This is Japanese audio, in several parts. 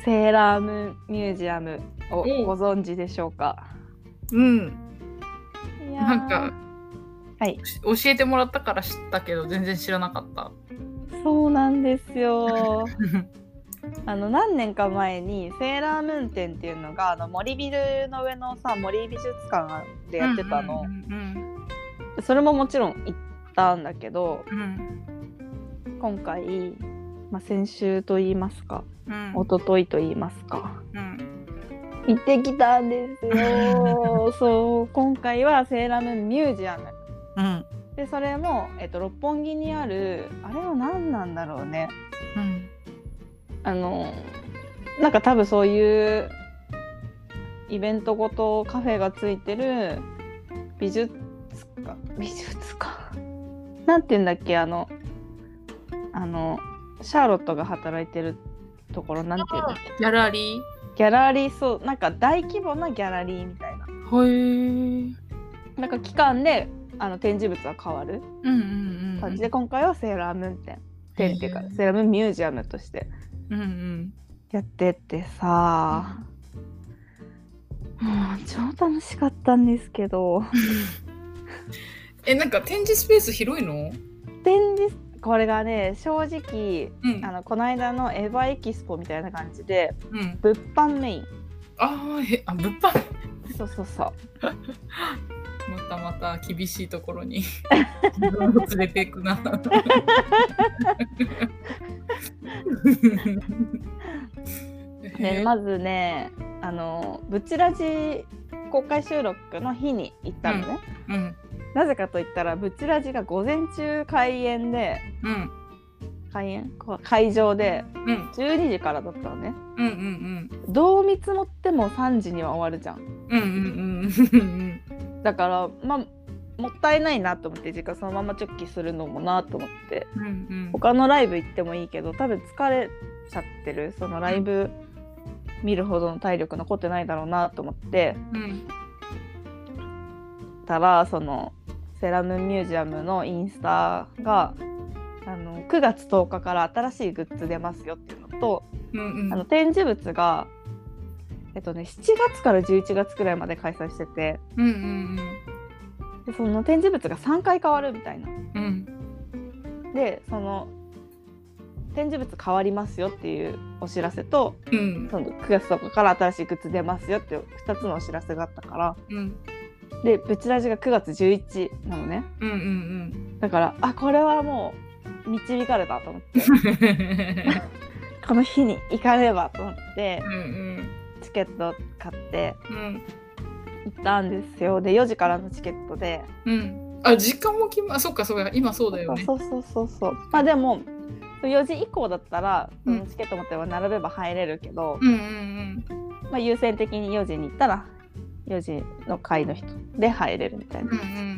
セーラームーンミュージアムをご存知でしょうか？ うん。 いやなんか、 はい、 教えてもらったから知ったけど全然知らなかった。 そうなんですよ。何年か前にセーラームーン展っていうのが森ビルの上のさ森美術館でやってたの、それももちろん行ったんだけど、今回、先週と言いますか、一昨日と言いますか、行ってきたんですよ。そう、今回はセーラームーンミュージアム、でそれも、六本木にあるあれは何なんだろうね、なんか多分そういうイベントごとカフェがついてる美術館なんて言うんだっけ、シャーロットが働いてるところ、なんて言うんだっけ、 ギャラリー、 そう、なんか大規模なギャラリーみたいな。なんか期間で展示物は変わる感じで、今回はセーラームーン展っていうかセーラームーンミュージアムとしてやっててさ、もう超楽しかったんですけどなんか展示スペース広いの？ 展示これがね、正直、この間のエヴァエキスポみたいな感じで、物販メイン。 物販そうまた厳しいところに連れていくなまずね、ブチラジ公開収録の日に行ったのね、なぜかといったらブチラジが午前中開演で、会場で12時からだったのね、どう見積もっても3時には終わるじゃん、だからもったいないなと思って、時間そのまま直帰するのもなと思って、他のライブ行ってもいいけど多分疲れちゃってる、そのライブ見るほどの体力残ってないだろうなと思って、たらそのセーラームーンミュージアムのインスタが9月10日から新しいグッズ出ますよっていうのと、展示物が7月から11月くらいまで開催してて、でその展示物が3回変わるみたいな、でその展示物変わりますよっていうお知らせと、その9月10日から新しいグッズ出ますよっていう2つのお知らせがあったから、でブチラジが9月11なのね、だからこれはもう導かれたと思ってこの日に行かねばと思って、チケット買って行ったんですよ。で4時からのチケットで、 時間もそうか今そうだよね。 そうでも4時以降だったら、そのチケット持って並べば入れるけど、優先的に4時に行ったら4時の会の人で入れるみたいな、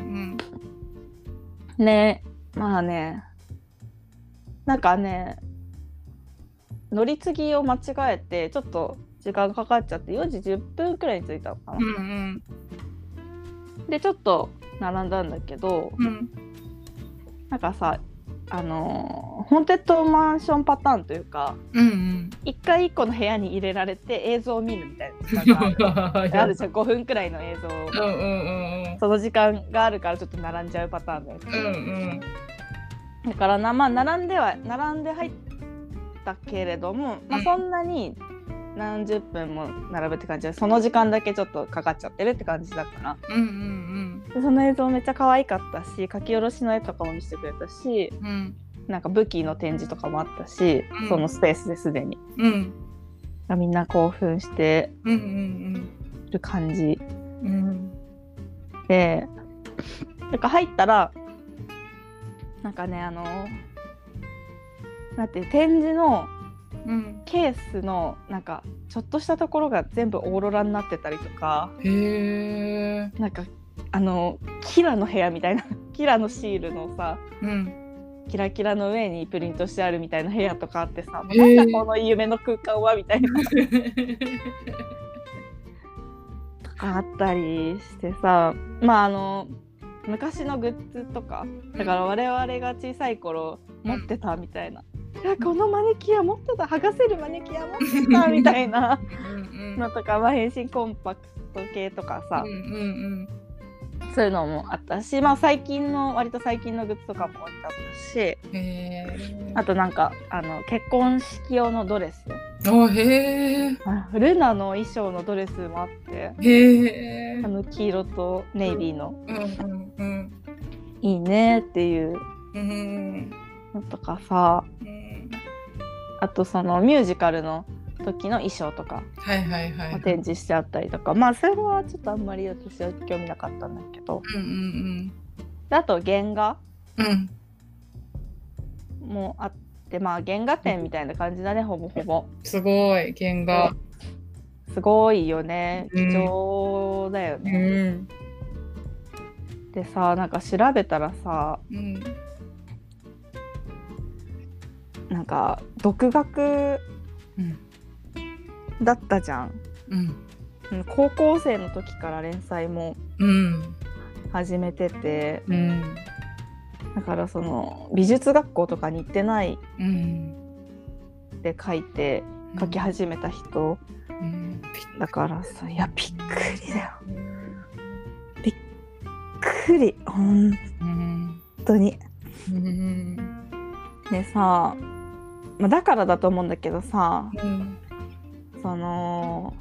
ね。なんかね、乗り継ぎを間違えてちょっと時間かかっちゃって4時10分くらいに着いたのかな、でちょっと並んだんだけど、なんかさ、ホーンテッドマンションパターンというか、一回一個の部屋に入れられて映像を見るみたいなあるじゃん、5分くらいの映像を、その時間があるからちょっと並んじゃうパターンのやつ、だから並んで入ったけれども、そんなに何十分も並ぶって感じで、その時間だけちょっとかかっちゃってるって感じだから、でその映像めっちゃ可愛かったし、書き下ろしの絵とかも見せてくれたし、なんか武器の展示とかもあったし、そのスペースですでに、みんな興奮してる感じ、でなんか入ったらなんかね、なんて展示のケースのなんかちょっとしたところが全部オーロラになってたりとか、なんかキラの部屋みたいなキラのシールのさ、キラキラの上にプリントしてあるみたいな部屋とかあってさ、なんだこの夢の空間はみたいなとかあったりしてさ、昔のグッズとかだから我々が小さい頃持ってたみたいなこのマネキンは持ってた、剥がせるマネキンは持ってたみたいなのとか、変身コンパクト系とかさ、そういうのもあったし、割と最近のグッズとかも置いてあったし、あとなんか結婚式用のドレス、ルナの衣装のドレスもあって、黄色とネイビーの、いいねっていうのとかさ、あとそのミュージカルの時の衣装とか展示してあったりとか、それはちょっとあんまり私は興味なかったんだけど、であと原画、もあって、原画展みたいな感じだね、ほぼほぼ。 すごい原画、 すごいよね、貴重だよね。でさ、なんか調べたらさ、なんか独学だったじゃん、高校生の時から連載も始めてて、だからその美術学校とかに行ってないで書き始めた人、だからさ、いやびっくりだよ、びっくり、本当に。でさ、だからだと思うんだけどさ、その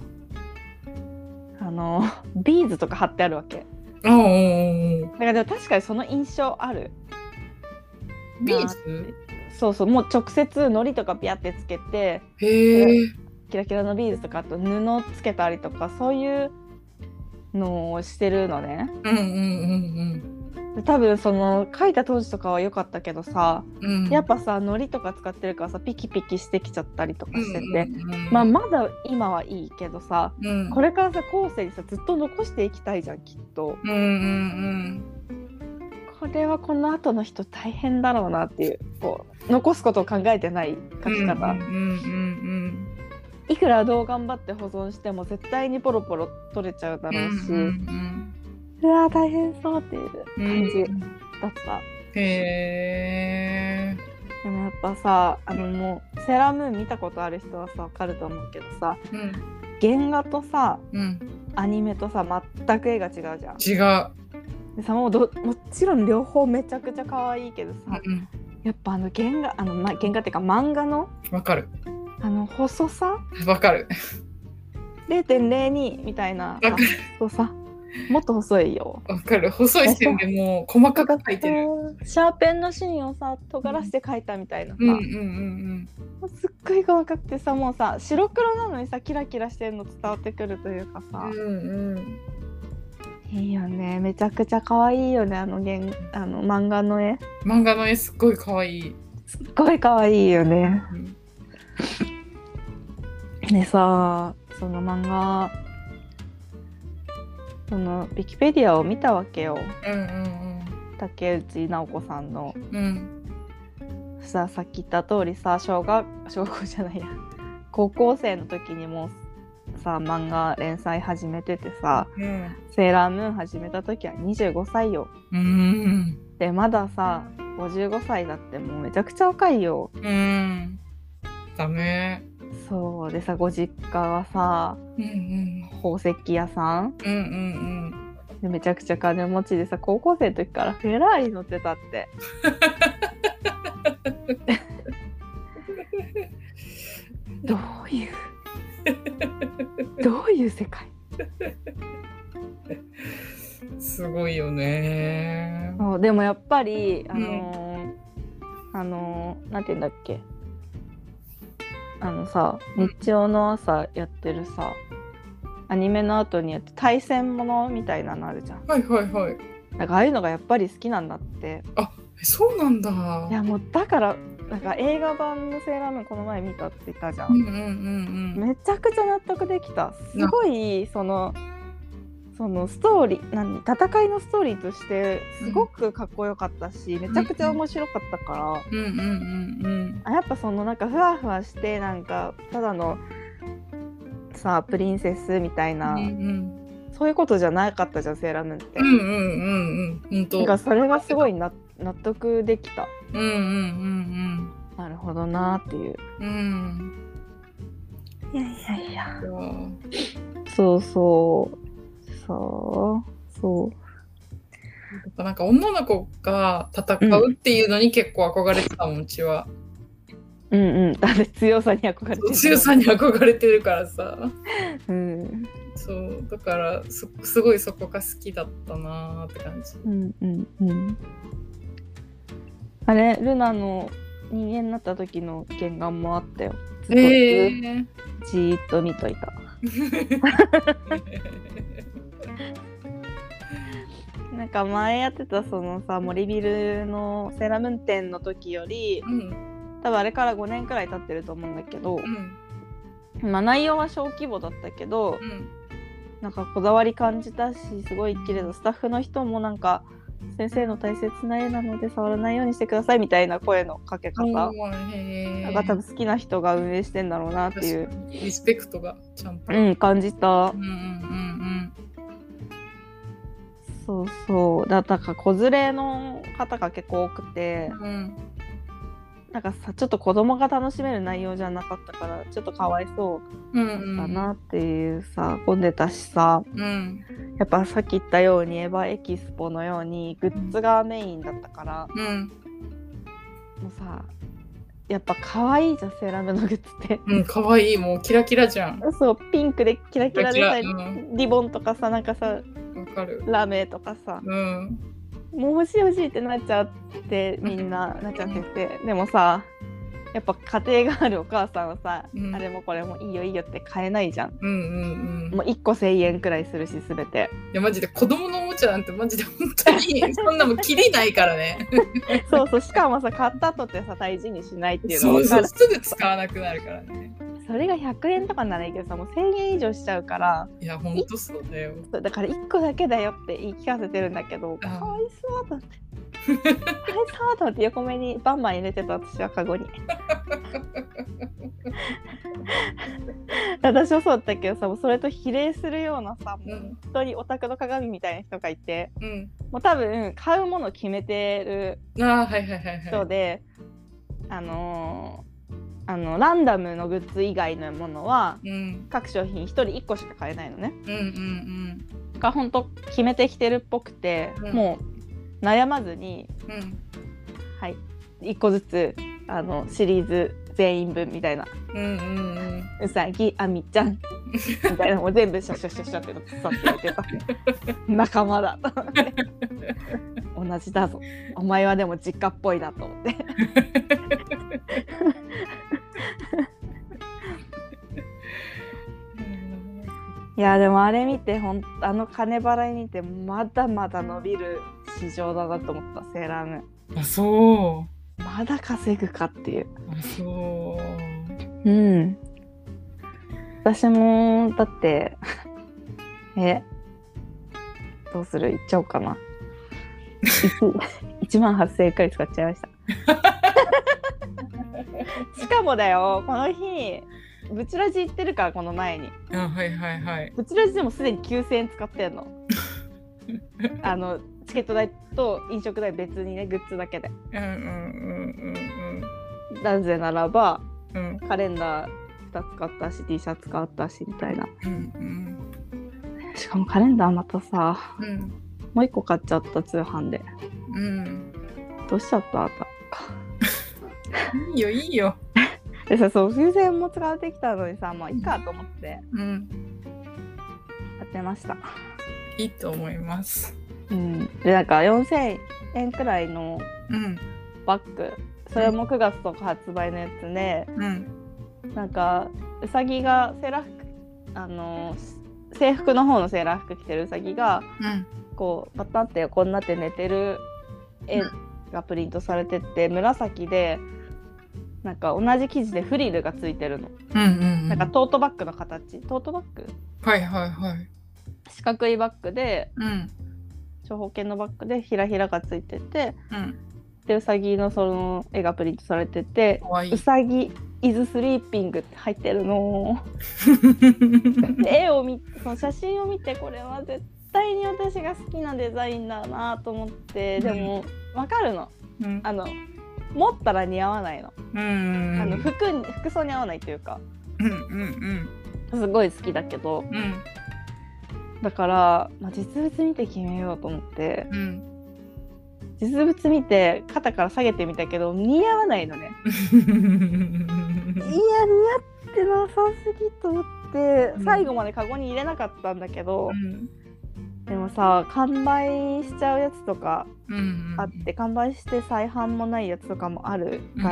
ビーズとか貼ってあるわけ。だからでも確かにその印象ある。 ビーズ？ そうそう、もう直接糊とかピャってつけて、キラキラのビーズとか、あと布つけたりとか、そういうのをしてるのね。で多分その書いた当時とかは良かったけどさ、やっぱさ糊とか使ってるからさ、ピキピキしてきちゃったりとかしてて、まだ今はいいけどさ、これからさ後世にさずっと残していきたいじゃん、きっと。これはこの後の人大変だろうなっていう、こう残すことを考えてない書き方。いくらどう頑張って保存しても絶対にポロポロ取れちゃうだろうし、うわ大変そうっていう感じだった。でもやっぱさ、もうセーラームーン見たことある人はさ分かると思うけどさ、原画とさ、アニメとさ全く絵が違うじゃん。 違う。 でさ、もちろん両方めちゃくちゃ可愛いけどさ、やっぱ原画っていうか漫画のわかる、 細さわかる 0.02 みたいな細さ、もっと細いよ。わかる、細い線でも細かく描いてる。 シャーペンの芯をさ尖らせて描いたみたいなさ、すっごい細かくてさ、もうさ白黒なのにさキラキラしてるの伝わってくるというかさ、いいよね、めちゃくちゃ可愛いよね、漫画の絵。 すっごい可愛い。 すっごい可愛いよね。でさ、その漫画、そのウィキペディアを見たわけよ、竹内直子さんの。さっき言った通りさ、小学校じゃないや、高校生の時にもうさ漫画連載始めててさ、セーラームーン始めた時は25歳よ。でまださ55歳だってもうめちゃくちゃ若いよ。 ダメ。 そうでさ、ご実家はさ、宝石屋さん、でめちゃくちゃ金持ちでさ、高校生の時からフェラーリ乗ってたってどういう世界すごいよね。 そうでもやっぱりなんて言うんだっけ、さ日曜の朝やってるさアニメの後にやって対戦ものみたいなのあるじゃん。なんかああいうのがやっぱり好きなんだって。 あ、そうなんだ。 いやもうだからなんか映画版のセーラームーンこの前見たって言ったじゃん。めちゃくちゃ納得できた。すごいそのストーリー戦いのストーリーとしてすごくかっこよかったし、めちゃくちゃ面白かったから、やっぱそのなんかふわふわしてなんかただのさプリンセスみたいな、そういうことじゃなかったじゃんセーラームーンって。なんかそれがすごい納得できた。 なるほどなっていう。 うん。 いやそうそうなんか女の子が戦うっていうのに結構憧れてたもん、うちは。 うんうん。だって強さに憧れてる。 強さに憧れてるからさ。 うん。 そうだからすごいそこが好きだったなーって感じ。 うんうんうん。あれルナの人間になった時の原眼もあったよ。じーっと見といた。なんか前やってたそのさ森ビルのセーラームーン展の時より、うん、多分あれから5年くらい経ってると思うんだけど、うん、まあ内容は小規模だったけど、うん、なんかこだわり感じたしすごい綺麗だ。スタッフの人もなんか先生の大切な絵なので触らないようにしてくださいみたいな声のかけ方、なんか多分好きな人が運営してんだろうなっていうリスペクトがちゃんと、 うん、感じた。そうそうだから子連れの方が結構多くて、うん、なんかさちょっと子供が楽しめる内容じゃなかったからちょっとかわいそうだったなっていうさ、混んでたしさ、うん、やっぱさっき言ったようにエヴァエキスポのようにグッズがメインだったから、うん、もうさやっぱ可愛いじゃんセーラームーンのグッズって。 うん可愛いもうキラキラじゃん。 そうピンクでキラキラでさ、リボンとかさなんかさわかるラメとかさ、うん、もう欲しいってなっちゃってみんななっちゃってて、でもさやっぱ家庭があるお母さんはさ、うん、あれもこれもいいよって買えないじゃん、もう1個1000円くらいするし全て。 いやマジで子供のおもちゃなんてマジで本当にそんなもん切りないからね。 そうしかもさ買った後ってさ大事にしないっていうのがそうすぐ使わなくなるからね。 それが100円とかならいいけどさもう1000円以上しちゃうから。 いやほんとそうだよ。 だから1個だけだよって言い聞かせてるんだけどかわいそうだってかわいそうだって横目にバンバン入れてた私はカゴに。私はそうだったけどさもうそれと比例するようなさ、もう本当にオタクの鏡みたいな人がいて、うん、もう多分買うもの決めてる人で、ランダムのグッズ以外のものは、うん、各商品1人1個しか買えないのね。が本当決めてきてるっぽくて、うん、もう悩まずに、うん、はい1個ずつシリーズ全員分みたいな、うさぎあみちゃんみたいなのも全部シャシャシャシャってのさってやってた仲間だと思って同じだぞお前はでも実家っぽいなと思っていやでもあれ見て金払い見てまだまだ伸びる市場だなと思ったセーラームーン。 あそうまだ稼ぐかっていう。 あそううん私もだってどうする言っちゃおうかな1万8000円くらい使っちゃいましたしかもだよこの日ブチラジ行ってるからこの前にブチラジでもすでに9000円使ってんのチケット代と飲食代別にねグッズだけで、なぜならば、うん、カレンダー2つ買ったし T シャツ買ったしみたいな、しかもカレンダーまたさ、もう1個買っちゃった通販で、どうしちゃったあたいいよでさそう風船も使ってきたのにさまあいいかと思って、やってました。 いいと思います。 でなんか4000円くらいのバッグ、それも9月とか発売のやつで、なんかうさぎがセーラー服制服の方のセーラー服着てるうさぎが、こうパタンって横になって寝てる絵がプリントされてて、紫でなんか同じ生地でフリルがついてるの、なんかトートバッグの形、トートバッグ、四角いバッグで、長方形のバッグでひらひらがついてて、でうさぎのその絵がプリントされてて、うさぎイズスリーピングって入ってるの絵をその写真を見てこれは絶対に私が好きなデザインだなと思って、でも分かるの、 持ったら似合わないの。 うん服装に合わないというか、 うんうんすごい好きだけど、 うんうんだから、実物見て決めようと思って、 うん、 実物見て肩から下げてみたけど似合わないのね。いや似合ってなさすぎと思って、最後までカゴに入れなかったんだけど、でもさ完売しちゃうやつとかあって、完売して再販もないやつとかもあるから、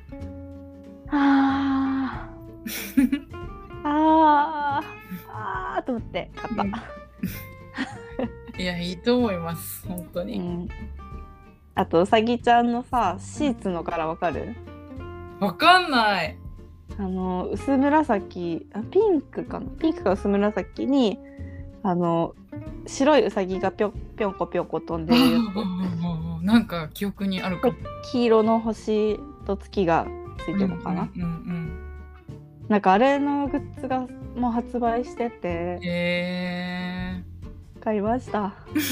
と思って買った、 いやいいと思います本当に、 あとうさぎちゃんのさシーツの柄わかる？ わかんない。 薄紫、ピンクか薄紫に白いうさぎがぴょんこ飛んでるやつなんか記憶にあるかも。 黄色の星と月がついてるのかな、なんかあれのグッズがもう発売してて、買いました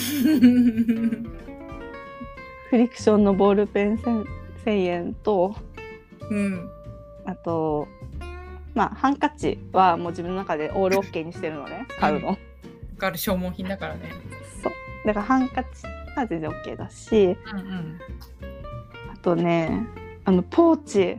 フリクションのボールペン1000円と、あとハンカチはもう自分の中でオールオッケーにしてるのね買うの、 消耗品だからね。 そうだからハンカチは全然 OK だし、あとねポーチ、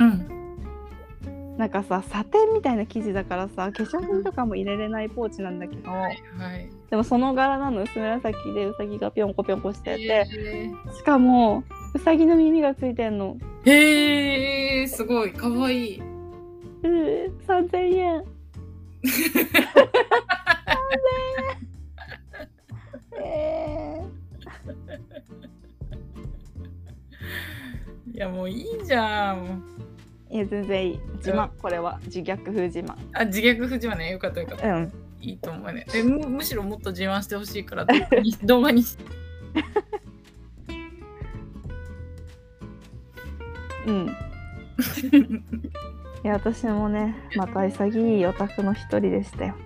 なんかさサテンみたいな生地だからさ化粧品とかも入れれないポーチなんだけど、でもその柄なの薄紫でうさぎがぴょんこしてて、しかもうさぎの耳がついてんの。 すごいかわいい。 3000円いやもういいじゃん。 いや全然いい。自慢、これは自虐風自慢。 自虐風自慢ね。よかった。いいと思うね。むしろもっと自慢してほしいから動画にいや私もねまた潔いオタクの一人でしたよ。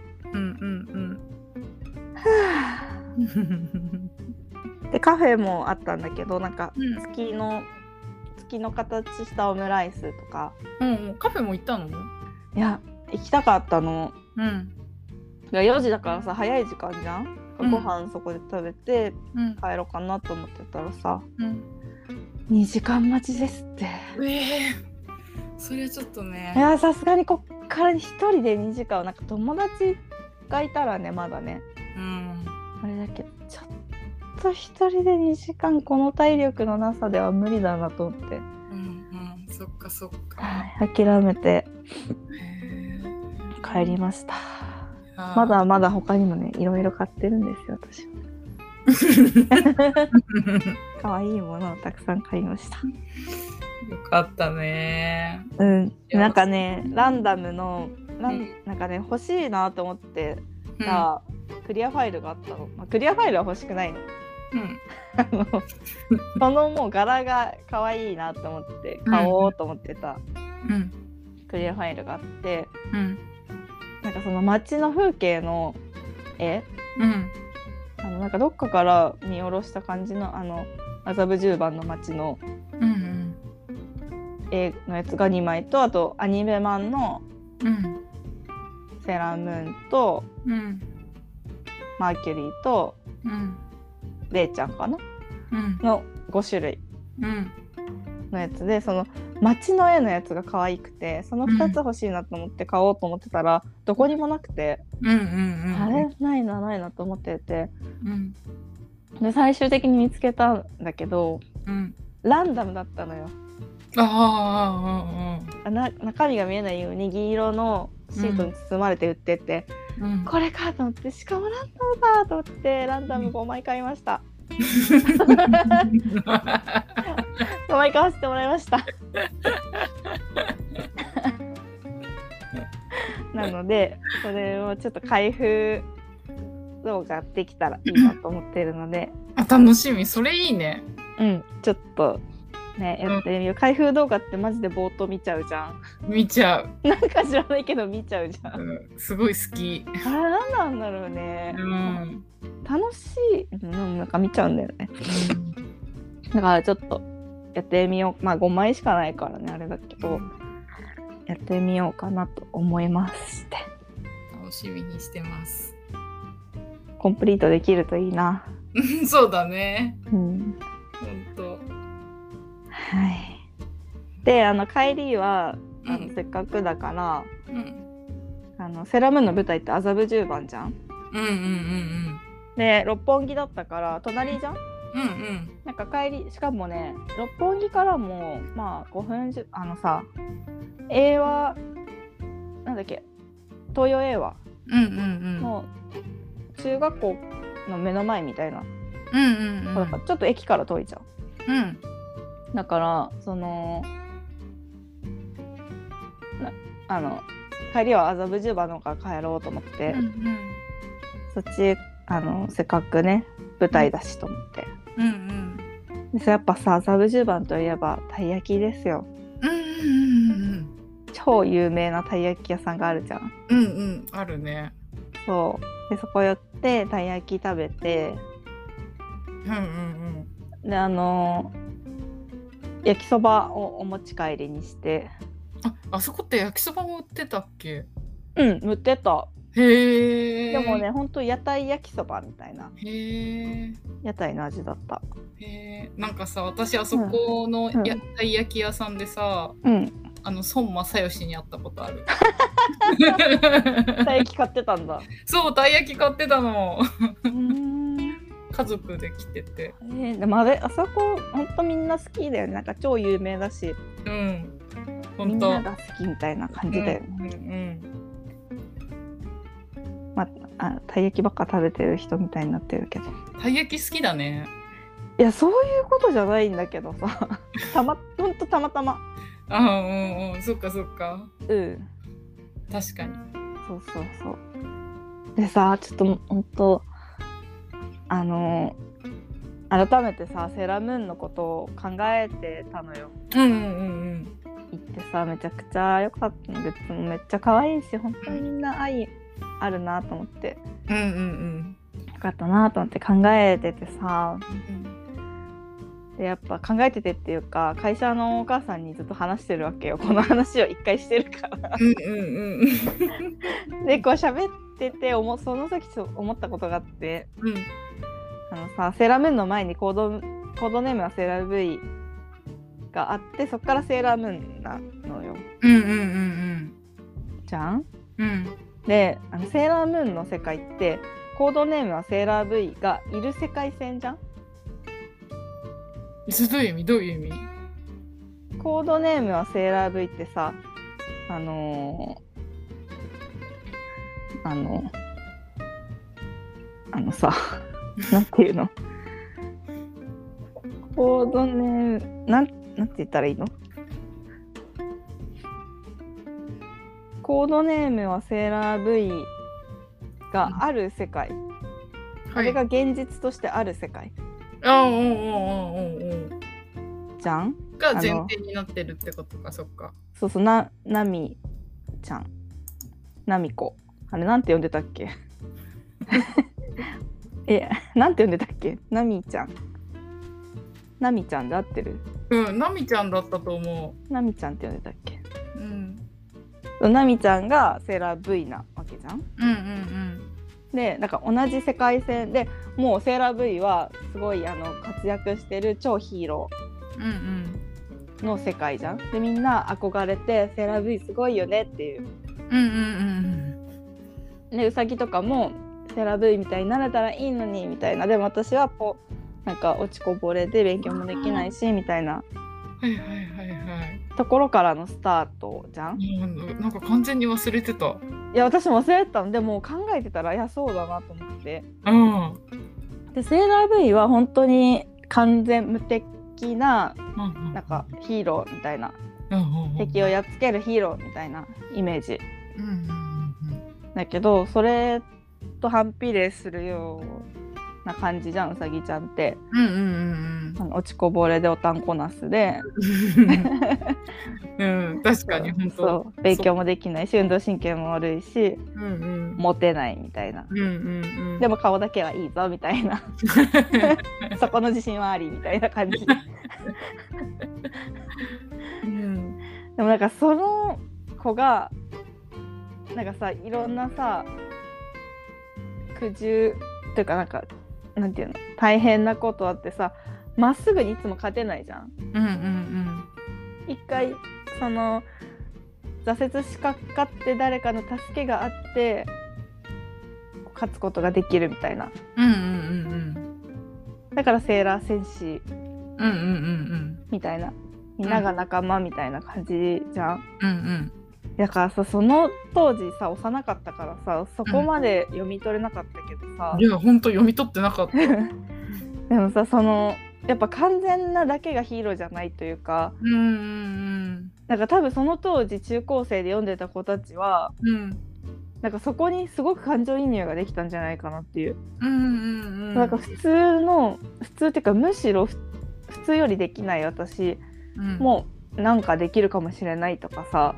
でカフェもあったんだけど、なんか月の形したオムライスとか、 カフェも行ったの？ いや行きたかったの。4時だからさ早い時間じゃん。ご飯そこで食べて帰ろうかなと思ってたらさ、2時間待ちですって。 それはちょっとね。 いやさすがにこっから1人で2時間はなんか友達がいたらねまだね、あれだけどちょっと1人で2時間この体力のなさでは無理だなと思って、 そっか、 諦めて帰りました。まだまだ他にもねいろいろ買ってるんですよ私は可愛いものをたくさん買いました。 よかったね。 なんかねランダムのなんかね欲しいなと思ってたクリアファイルがあったの。クリアファイルは欲しくないの。そのもう柄が可愛いなと思って買おうと思ってたクリアファイルがあって、なんかその街の風景の絵、なんかどっかから見下ろした感じの麻布十番の街の絵のやつが2枚と、あとアニメ版のセーラームーンと、マーキュリーと、レイちゃんかな、の5種類のやつで、その街の絵のやつが可愛くてその2つ欲しいなと思って買おうと思ってたら、どこにもなくて、あれないなと思ってて、で最終的に見つけたんだけど、ランダムだったのよ。中身が見えないように銀色のシートに包まれて売ってて、これかと思って、しかもランダムだと思ってランダム5枚買いました。5枚買わせてもらいましたなのでそれをちょっと開封動画できたらいいなと思っているので楽しみ。それいいね。 ちょっとねやってみよう。開封動画ってマジで冒頭見ちゃうじゃん。 見ちゃう。 なんか知らないけど見ちゃうじゃん。 すごい好き。 あれ何なんだろうね。楽しい。なんか見ちゃうんだよね。だからちょっとやってみよう。まあ5枚しかないからねあれだけど、やってみようかなと思いまして。 楽しみにしてます。 コンプリートできるといいな。 そうだね。 うん。 ほんと。 はい。で帰りはせっかくだから、セーラームーンの舞台って麻布十番じゃん。で六本木だったから隣じゃん。なんか帰りしかもね六本木からもまあ5分さ映画なんだっけ東洋映画の中学校の目の前みたいな、だからちょっと駅から遠いじゃん。だから帰りは麻布十番の方から帰ろうと思って、そっちせっかくね舞台だしと思って、でやっぱさ麻布十番といえばたい焼きですよ。超有名なたい焼き屋さんがあるじゃん。 あるね。 そうでそこ寄ってたい焼き食べて、で焼きそばをお持ち帰りにして。 あそこって焼きそばも売ってたっけ？ 売ってた。 へえ。 でもねほんと屋台焼きそばみたいな。 へえ。 屋台の味だった。 へえ。なんかさ私あそこの屋台焼き屋さんでさ、孫正義に会ったことある。 たい焼き買ってたんだ。 そうたい焼き買ってたの。家族で来てて。 でもあそこほんとみんな好きだよね。なんか超有名だし。みんなが好きみたいな感じだよね。まあたい焼きばっか食べてる人みたいになってるけど。 たい焼き好きだね。 いやそういうことじゃないんだけどさ。ほんとたまたま。 そっかそっか。確かに。 そう。でさちょっとほんと改めてさセーラームーンのことを考えてたのよ。行ってさめちゃくちゃ良かったの。グッズもめっちゃ可愛いし本当にみんな愛あるなと思って、よかったなと思って考えててさ、でやっぱ考えててっていうか会社のお母さんにずっと話してるわけよ。この話を一回してるからでこう喋っててその時思ったことがあって、セーラームーンの前にコードネームはセーラー V があってそっからセーラームーンなのよ。じゃん。でセーラームーンの世界ってコードネームはセーラー V がいる世界線じゃん。 どういう意味？ コードネームはセーラー V ってささなんていうのコードネームなんて言ったらいいの？コードネームはセーラー V がある世界、あれが現実としてある世界じゃんが前提になってるってことか。そっか。 そうなみちゃんなみこあれなんて呼んでたっけなんて呼んでたっけ？なみちゃんで合ってる？ なみちゃんだったと思う。なみちゃんって呼んでたっけ？なみちゃんがセーラー V なわけじゃん。でなんか同じ世界線でもうセーラー V はすごい活躍してる超ヒーローの世界じゃん。でみんな憧れてセーラー V すごいよねっていう。でうさぎとかもセーラー V みたいになれたらいいのにみたいな。でも私はなんか落ちこぼれで勉強もできないしみたいなところからのスタートじゃん。 なんか完全に忘れてた。 いや私も忘れてたの。でも考えてたらいやそうだなと思って、でセーラー V は本当に完全無敵な、なんかヒーローみたいな、敵をやっつけるヒーローみたいなイメージ、だけどそれと反比例するような感じじゃんうさぎちゃんって。落ちこぼれでおたんこなすで確かに本当そう勉強もできないし運動神経も悪いし、モテないみたいな、でも顔だけはいいぞみたいなそこの自信はありみたいな感じでもなんかその子がなんかさ、いろんなさ苦渋というかなんていうの、大変なことあってさ、まっすぐにいつも勝てないじゃん。一回その挫折しかかって誰かの助けがあって勝つことができるみたいな。だからセーラー戦士みたいな、みんなが仲間みたいな感じじゃん。だからさ、その当時さ幼かったからさ、そこまで読み取れなかったけどさ、 いやほんと読み取ってなかったでもさ、そのやっぱ完全なだけがヒーローじゃないというか、なんか多分その当時中高生で読んでた子たちは、なんかそこにすごく感情移入ができたんじゃないかなっていう。なんか普通っていうか、むしろ普通よりできない私もなんかできるかもしれないとかさ、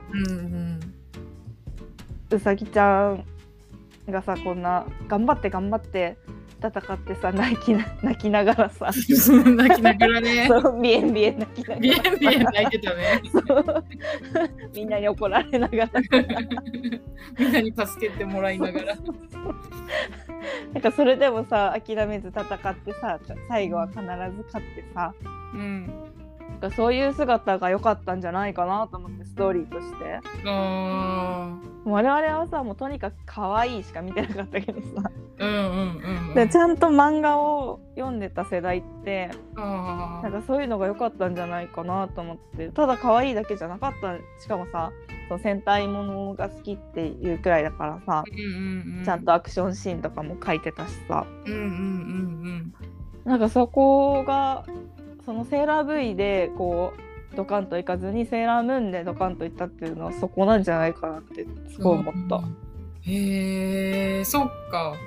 うさぎちゃんがさ、こんな頑張って戦ってさ、泣きながらさ泣きながらねそうビエン泣きながらビエン泣いてたねみんなに怒られながらみんなに助けてもらいながらなんかそれでもさ諦めず戦ってさ、最後は必ず勝ってさ、なんかそういう姿が良かったんじゃないかなと思って、ストーリーとして。我々はさ、もうとにかく可愛いしか見てなかったけどさ、でちゃんと漫画を読んでた世代ってなんかそういうのが良かったんじゃないかなと思って。ただ可愛いだけじゃなかった。しかもさ、その戦隊ものが好きっていうくらいだからさ、ちゃんとアクションシーンとかも書いてたしさ、なんかそこがそのセーラー V でこうドカンといかずにセーラームーンでドカンといったっていうのはそこなんじゃないかなってすごい思った。 へえ、そっか。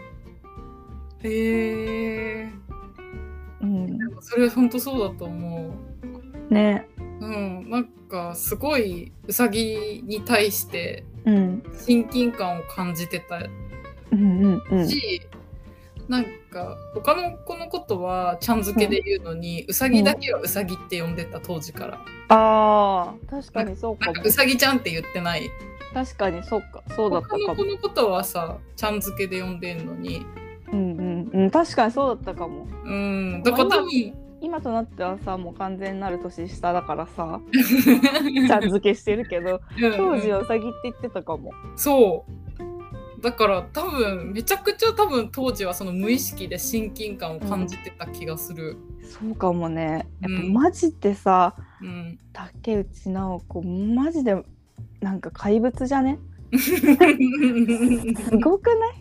へえ。それは本当そうだと思う。ね。 なんかすごいウサギに対して親近感を感じてたし、なんか他の子のことはちゃん付けで言うのに、ウサギだけはウサギって呼んでた、当時から。 確かにそうかも。 なんかウサギちゃんって言ってない。 確かにそうか、そうだったかも。 他の子のことはさちゃん付けで呼んでんのに、 確かにそうだったかも。 だから多分今となってはさ、もう完全なる年下だからさちゃん付けしてるけど当時はウサギって言ってたかも。 そうだから多分めちゃくちゃ当時はその無意識で親近感を感じてた気がする。 そうかもね。やっぱマジでさ、竹内直子マジでなんか怪物じゃねすごくない？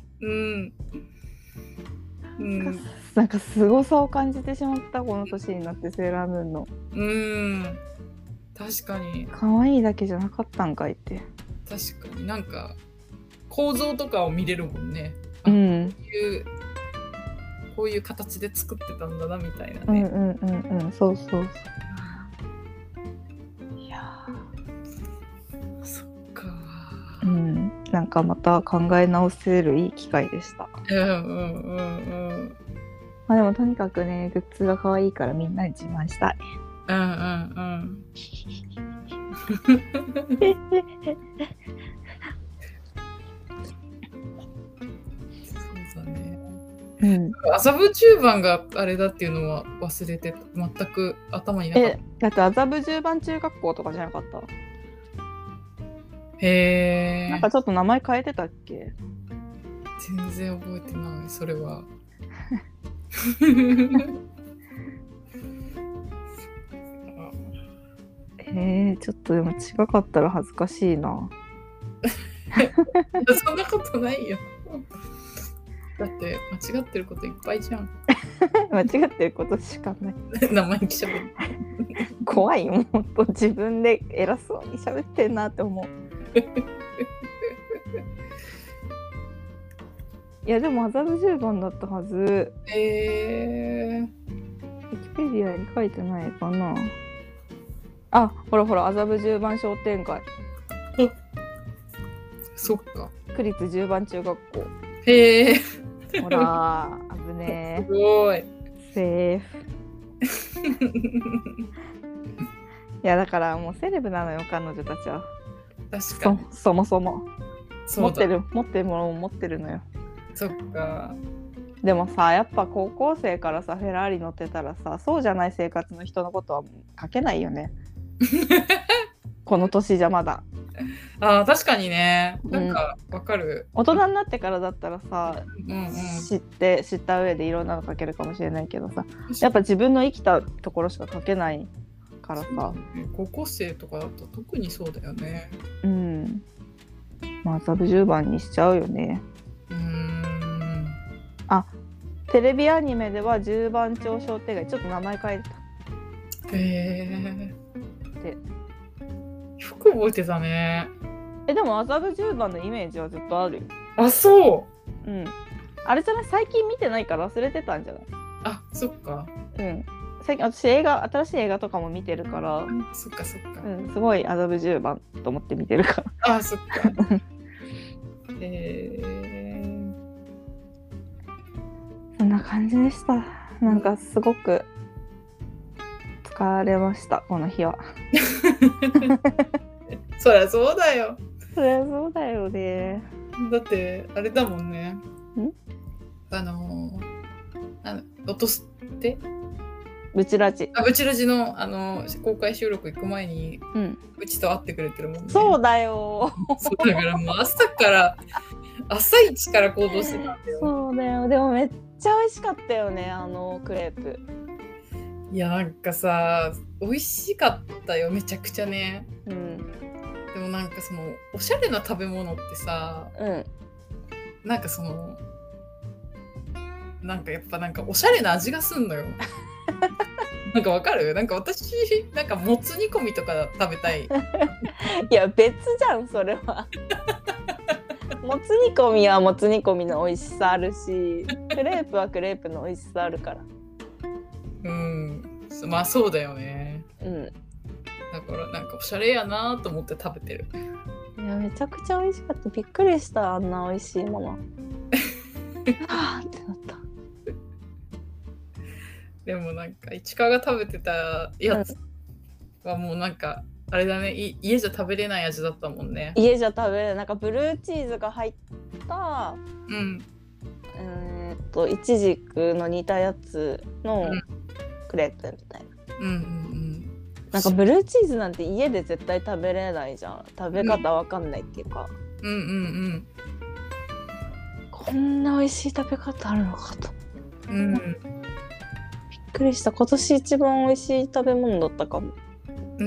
なんか凄さを感じてしまった、この年になってセーラームーンの。 確かに可愛いだけじゃなかったんかいって。 確かになんか構造とかを見れるもんね。こういう形で作ってたんだなみたいなね。 そう。いやそっか。 なんかまた考え直せるいい機会でした。まあでもとにかくね、グッズが可愛いからみんなに自慢したい。 そうだね。麻布十番があれだっていうのは忘れてた。全く頭になかった。 だって麻布十番中学校とかじゃなかった？ へえ。 なんかちょっと名前変えてたっけ？ 全然覚えてない、それは。 ちょっとでも違かったら恥ずかしいな。 そんなことないよ。だって間違ってることいっぱいじゃん。 間違ってることしかない。 生意気しゃべる。 怖いよ、もっと自分で偉そうに喋ってんなって思う。いやでも麻布十番だったはず。ウィキペディアに書いてないかな。あ、ほら麻布十番商店街。 そっか。 区立十番中学校。 へえ。 ほら危ねえ。 すごい。 セーフ。 いやだからもうセレブなのよ彼女たちは。 確かに。 そもそもそうだ。 持ってるものを持ってるのよ。 そっか。 でもさやっぱ高校生からさフェラーリ乗ってたらさそうじゃない生活の人のことは書けないよねこの年じゃまだ。 あ、確かにね。なんかわかる、 大人になってからだったらさ、 うんうん、 知った上でいろんなの書けるかもしれないけどさやっぱ自分の生きたところしか書けないからさ、 高校生とかだと特にそうだよね。 うん。まあサブ10番にしちゃうよね。あ、テレビアニメでは10番町商店街ちょっと名前変えてた。 へえ。よく覚えてたね。 でも麻布10番のイメージはずっとあるよ。 あ、そう。 うん。あれじゃない、最近見てないから忘れてたんじゃない？ あ、そっか。 うん。最近私新しい映画とかも見てるから。 そっかそっか。 うん、すごい麻布10番と思って見てるから。 あ、そっか。 そんな感じでした。なんかすごく疲れましたこの日は。 そりゃそうだよ。 そりゃそうだよね。 だってあれだもんね。落とすってブチラジ。 ブチラジの公開収録行く前に、うちと会ってくれてるもんね。 そうだよ。 そうだからもう朝一から行動してたんだよ。 そうだよ。でもめっちゃ美味しかったよねクレープ。 いやなんかさ美味しかったよめちゃくちゃね。でもなんかそのおしゃれな食べ物ってさ、なんかそのなんかやっぱなんかおしゃれな味がすんのよ。なんかわかる？なんか私なんかもつ煮込みとか食べたい。 いや別じゃんそれは。もつ煮込みはもつ煮込みの美味しさあるし、クレープはクレープの美味しさあるから。 まあそうだよね。 だからなんかおしゃれやなと思って食べてる。 いやめちゃくちゃ美味しかった。びっくりしたあんな美味しいもの。はぁってなった。 でもなんか市川が食べてたやつはもうなんかあれだね、家じゃ食べれない味だったもんね。 家じゃ食べれない。なんかブルーチーズが入ったイチジクの煮たやつのクレープみたいな。なんかブルーチーズなんて家で絶対食べれないじゃん。食べ方わかんないっていうか。こんな美味しい食べ方あるのかと。びっくりした。今年一番美味しい食べ物だったかも。い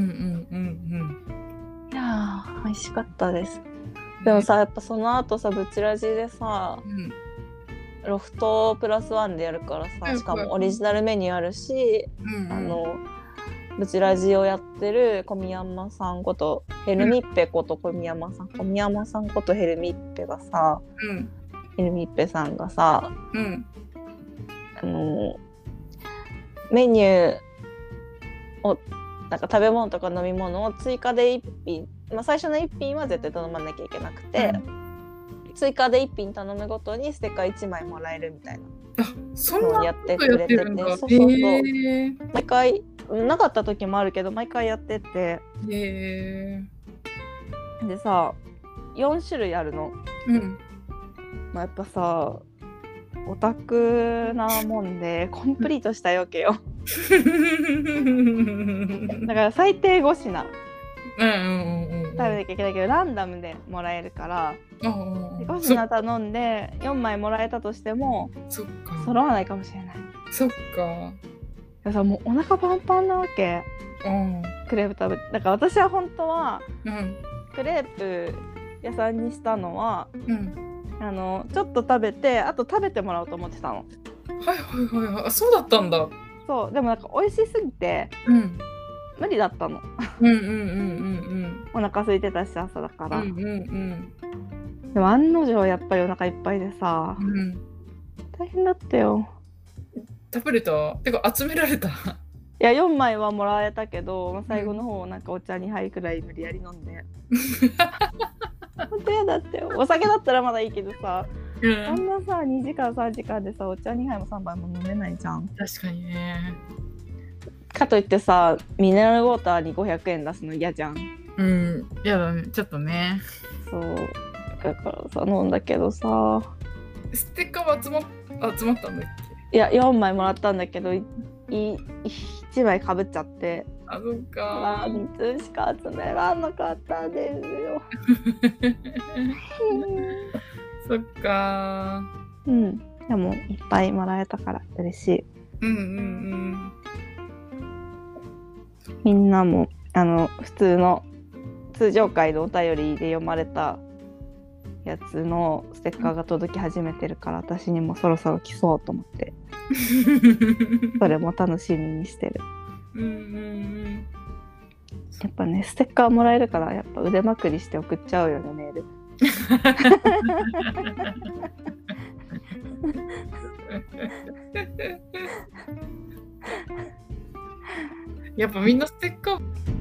やー美味しかったです。でもさやっぱその後さブチラジでさ、ロフトプラスワンでやるからさ、しかもオリジナルメニューあるし、ブチラジをやってる小宮山さんことヘルミッペこと小宮山さんことヘルミッペがさ、ヘルミッペさんがさ、メニューをなんか食べ物とか飲み物を追加で1品、最初の1品は絶対頼まなきゃいけなくて、追加で1品頼むごとにステッカー1枚もらえるみたいなのをやってくれてて、そう毎回なかった時もあるけど毎回やってて、でさ4種類あるの。やっぱさオタクなもんでコンプリートしたいわけよ。だから最低5品食べなきゃいけないけどランダムでもらえるから5品頼んで4枚もらえたとしても揃わないかもしれない。 そっか。 さもうお腹パンパンなわけ。クレープ食べだから私は本当は、クレープ屋さんにしたのは、ちょっと食べてあと食べてもらおうと思ってたの。 あ、そうだったんだ。 そうでもなんか美味しすぎて、無理だったの。お腹空いてたし朝だから。でも案の定やっぱりお腹いっぱいでさ、大変だったよ。 食べれた？てか集められた？いや4枚はもらえたけど最後の方なんかお茶2杯くらい無理やり飲んで。本当やだってよ。お酒だったらまだいいけどさ、あんなさ2時間3時間でさお茶2杯も3杯も飲めないじゃん。 確かにね。 かといってさミネラルウォーターに500円出すの嫌じゃん。 嫌だねちょっとね。 そうだからさ飲んだけどさ。 ステッカーは集まったんだっけ？いや4枚もらったんだけど1枚かぶっちゃって。 そっか。 2通しか集めらんなかったんですよ。 そっか。 でもいっぱいもらえたから嬉しい。みんなも普通の通常回のお便りで読まれたやつのステッカーが届き始めてるから、私にもそろそろ来そうと思ってそれも楽しみにしてる。やっぱねステッカーもらえるからやっぱ腕まくりして送っちゃうよねメールやっぱみんなステッカー